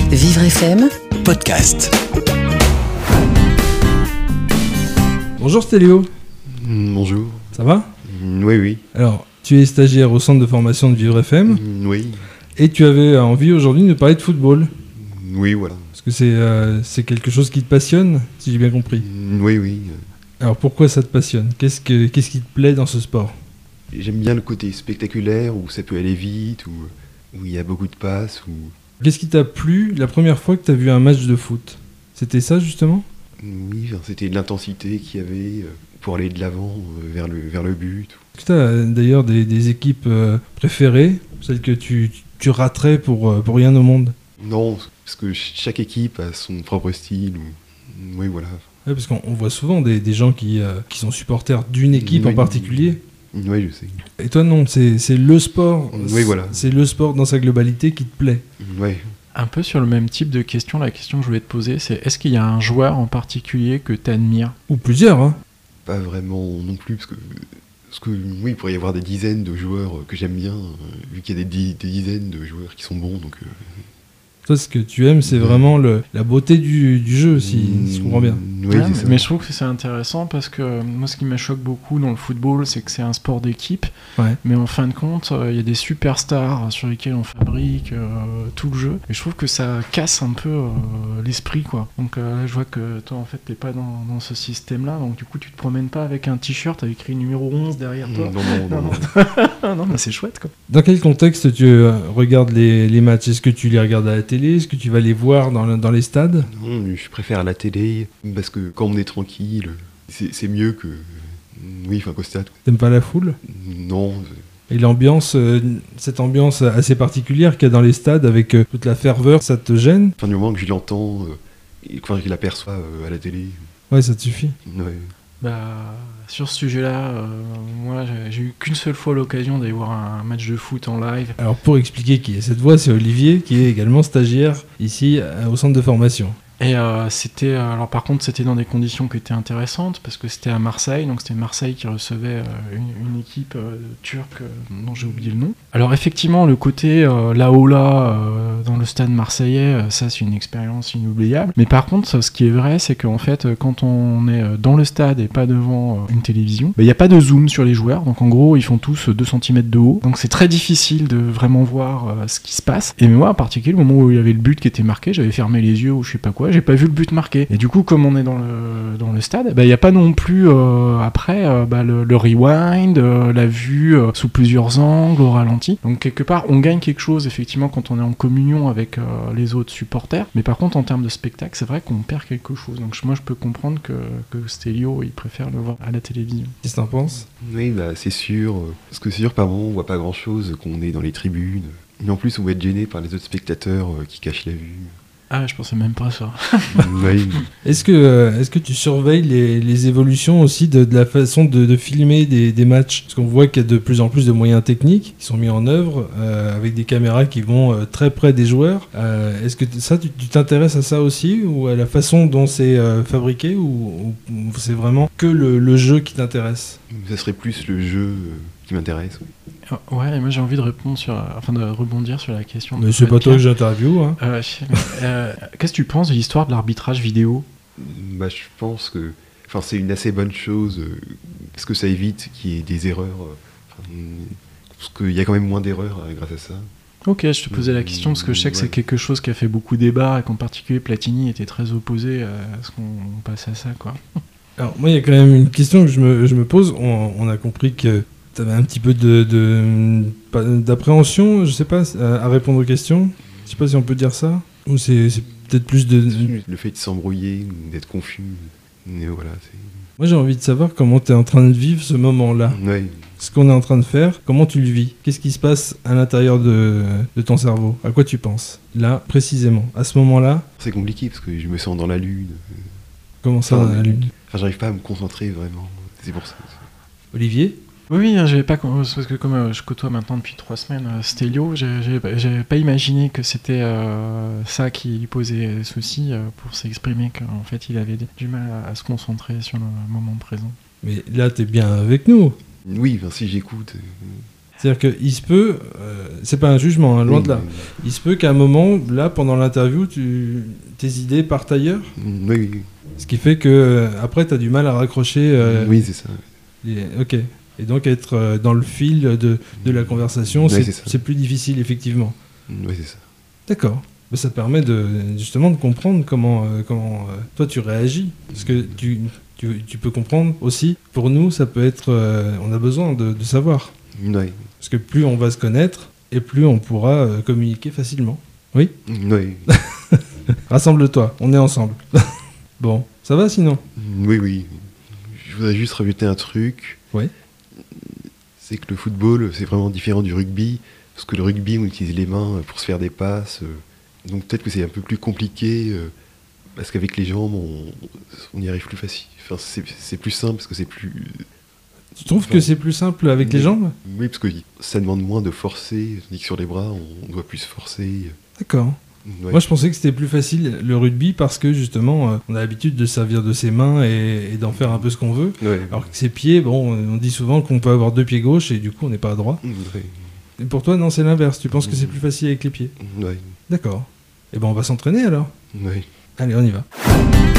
Vivre FM Podcast. Bonjour Stélio. Bonjour. Ça va ? Oui. Alors, tu es stagiaire au centre de formation de Vivre FM Oui. et tu avais envie aujourd'hui de parler de football. Oui, voilà. Parce que c'est quelque chose qui te passionne, si j'ai bien compris. Oui. Alors pourquoi ça te passionne ? Qu'est-ce qui te plaît dans ce sport ? J'aime bien le côté spectaculaire, où ça peut aller vite, où il y a beaucoup de passes. Qu'est-ce qui t'a plu la première fois que tu as vu un match de foot ? C'était ça justement ? Oui, c'était l'intensité qu'il y avait pour aller de l'avant vers le but. Est-ce que tu as d'ailleurs des équipes préférées, celles que tu raterais pour rien au monde ? Non, parce que chaque équipe a son propre style. Oui, voilà. Ouais, parce qu'on voit souvent des gens qui sont supporters d'une équipe en particulier. Oui, je sais. Et toi non, c'est le sport. Oui, voilà. C'est le sport dans sa globalité qui te plaît. Oui. Un peu sur le même type de question, la question que je voulais te poser, c'est est-ce qu'il y a un joueur en particulier que tu admires ? Ou plusieurs, hein. Pas vraiment non plus, parce que oui, il pourrait y avoir des dizaines de joueurs que j'aime bien, vu qu'il y a des dizaines de joueurs qui sont bons, donc... Toi, ce que tu aimes, c'est vraiment la beauté du jeu, si je comprends bien. Oui, Ouais, c'est ça. mais je trouve que c'est intéressant parce que moi, ce qui me choque beaucoup dans le football, c'est que c'est un sport d'équipe. Ouais. Mais en fin de compte, il y a des superstars sur lesquels on fabrique tout le jeu. Et je trouve que ça casse un peu l'esprit, quoi. Donc là, je vois que toi, en fait, t'es pas dans ce système-là. Donc du coup, tu te promènes pas avec un t-shirt avec écrit numéro 11 derrière toi. Non. Non, mais c'est chouette, quoi. Dans quel contexte tu regardes les matchs ? Est-ce que tu les regardes à la télé ? Est-ce que tu vas les voir dans les stades ? Non, je préfère la télé, parce que quand on est tranquille, c'est mieux que... Oui, qu'au stade. T'aimes pas la foule ? Non, Et l'ambiance, cette ambiance assez particulière qu'il y a dans les stades avec toute la ferveur, ça te gêne ? du moment que je l'entends, et que je l'aperçois à la télé, Ouais, ça te suffit. ouais. Sur ce sujet-là, moi, j'ai eu qu'une seule fois l'occasion d'aller voir un match de foot en live. Alors pour expliquer qui est cette voix, c'est Olivier qui est également stagiaire ici au centre de formation. Et par contre, c'était dans des conditions qui étaient intéressantes parce que c'était à Marseille, donc c'était Marseille qui recevait une équipe turque dont j'ai oublié le nom. Alors effectivement, le côté dans le stade marseillais, ça c'est une expérience inoubliable. Mais par contre, ce qui est vrai, c'est qu'en fait, quand on est dans le stade et pas devant une télévision, il n'y a pas de zoom sur les joueurs. Donc en gros, ils font tous 2 cm de haut. Donc c'est très difficile de vraiment voir ce qui se passe. Et moi, en particulier, au moment où il y avait le but qui était marqué, j'avais fermé les yeux ou je sais pas quoi. J'ai pas vu le but marqué. Et du coup, comme on est dans le stade, il n'y a pas non plus après le rewind, la vue sous plusieurs angles, au ralenti. Donc quelque part, on gagne quelque chose effectivement quand on est en communion avec les autres supporters. Mais par contre, en termes de spectacle, c'est vrai qu'on perd quelque chose. Donc moi, je peux comprendre que Stélio, il préfère le voir à la télévision. Qu'est-ce que t'en penses ? Oui, c'est sûr. Parce que c'est sûr, par moment, on voit pas grand-chose, qu'on est dans les tribunes. Et en plus, on va être gêné par les autres spectateurs qui cachent la vue. Ah, je pensais même pas à ça. Oui. Est-ce que tu surveilles les évolutions aussi de la façon de filmer des matchs ? Parce qu'on voit qu'il y a de plus en plus de moyens techniques qui sont mis en œuvre avec des caméras qui vont très près des joueurs. Est-ce que ça, tu t'intéresses à ça aussi ou à la façon dont c'est fabriqué ou c'est vraiment que le jeu qui t'intéresse ? Ça serait plus le jeu qui m'intéresse. Oui. Ouais, et moi j'ai envie de de rebondir sur la question. Mais c'est pas toi que j'interviewe, hein. Je sais, qu'est-ce que tu penses de l'histoire de l'arbitrage vidéo ? Je pense que c'est une assez bonne chose, parce que ça évite qu'il y ait des erreurs. Parce qu'il y a quand même moins d'erreurs grâce à ça. Ok, je te posais la question parce que je sais que c'est quelque chose qui a fait beaucoup débat et qu'en particulier Platini était très opposé à ce qu'on passe à ça, quoi. Alors moi il y a quand même une question que je me pose. On a compris que t'avais un petit peu d'appréhension, je sais pas, à répondre aux questions. Je sais pas si on peut dire ça. Ou c'est peut-être plus de... Le fait de s'embrouiller, d'être confus. Mais voilà, Moi j'ai envie de savoir comment t'es en train de vivre ce moment-là. Ouais. Ce qu'on est en train de faire, comment tu le vis ? Qu'est-ce qui se passe à l'intérieur de ton cerveau ? À quoi tu penses ? Là, précisément, à ce moment-là, C'est compliqué parce que je me sens dans la lune. comment ça, dans la lune ? J'arrive pas à me concentrer vraiment. C'est pour ça. Olivier ? Oui, j'avais pas parce que comme je côtoie maintenant depuis 3 semaines Stélio, j'avais pas imaginé que c'était ça qui posait souci pour s'exprimer, qu'en fait il avait du mal à se concentrer sur le moment présent. Mais là, t'es bien avec nous. Oui, si j'écoute. C'est-à-dire qu'il se peut, c'est pas un jugement, hein, loin de là, il se peut qu'à un moment, là, pendant l'interview, tes idées partent ailleurs. Oui. Ce qui fait que après, tu as du mal à raccrocher. Oui, c'est ça. Ok. Et donc, être dans le fil de la conversation, Ouais, c'est plus difficile, effectivement. Oui, c'est ça. D'accord. Mais ça te permet justement de comprendre comment toi, tu réagis. Parce que tu peux comprendre aussi, pour nous, ça peut être... on a besoin de savoir. Oui. Parce que plus on va se connaître, et plus on pourra communiquer facilement. Oui. Oui. Rassemble-toi, on est ensemble. Bon, ça va sinon? Oui. Je voudrais juste rajouter un truc. Oui. C'est que le football, c'est vraiment différent du rugby. Parce que le rugby, on utilise les mains pour se faire des passes. Donc peut-être que c'est un peu plus compliqué. Parce qu'avec les jambes, on y arrive plus facile. Enfin, c'est plus simple parce que c'est plus... Tu trouves que c'est plus simple avec les jambes? Oui, parce que ça demande moins de forcer. Tandis que sur les bras, on doit plus se forcer. D'accord. Ouais. Moi, je pensais que c'était plus facile le rugby parce que justement, on a l'habitude de servir de ses mains et d'en faire un peu ce qu'on veut. Ouais. Alors que ses pieds, bon, on dit souvent qu'on peut avoir 2 pieds gauches et du coup, on n'est pas à droit. Ouais. Et pour toi, non, c'est l'inverse. Tu penses que c'est plus facile avec les pieds? Ouais. D'accord. Eh ben, on va s'entraîner alors. Ouais. Allez, on y va.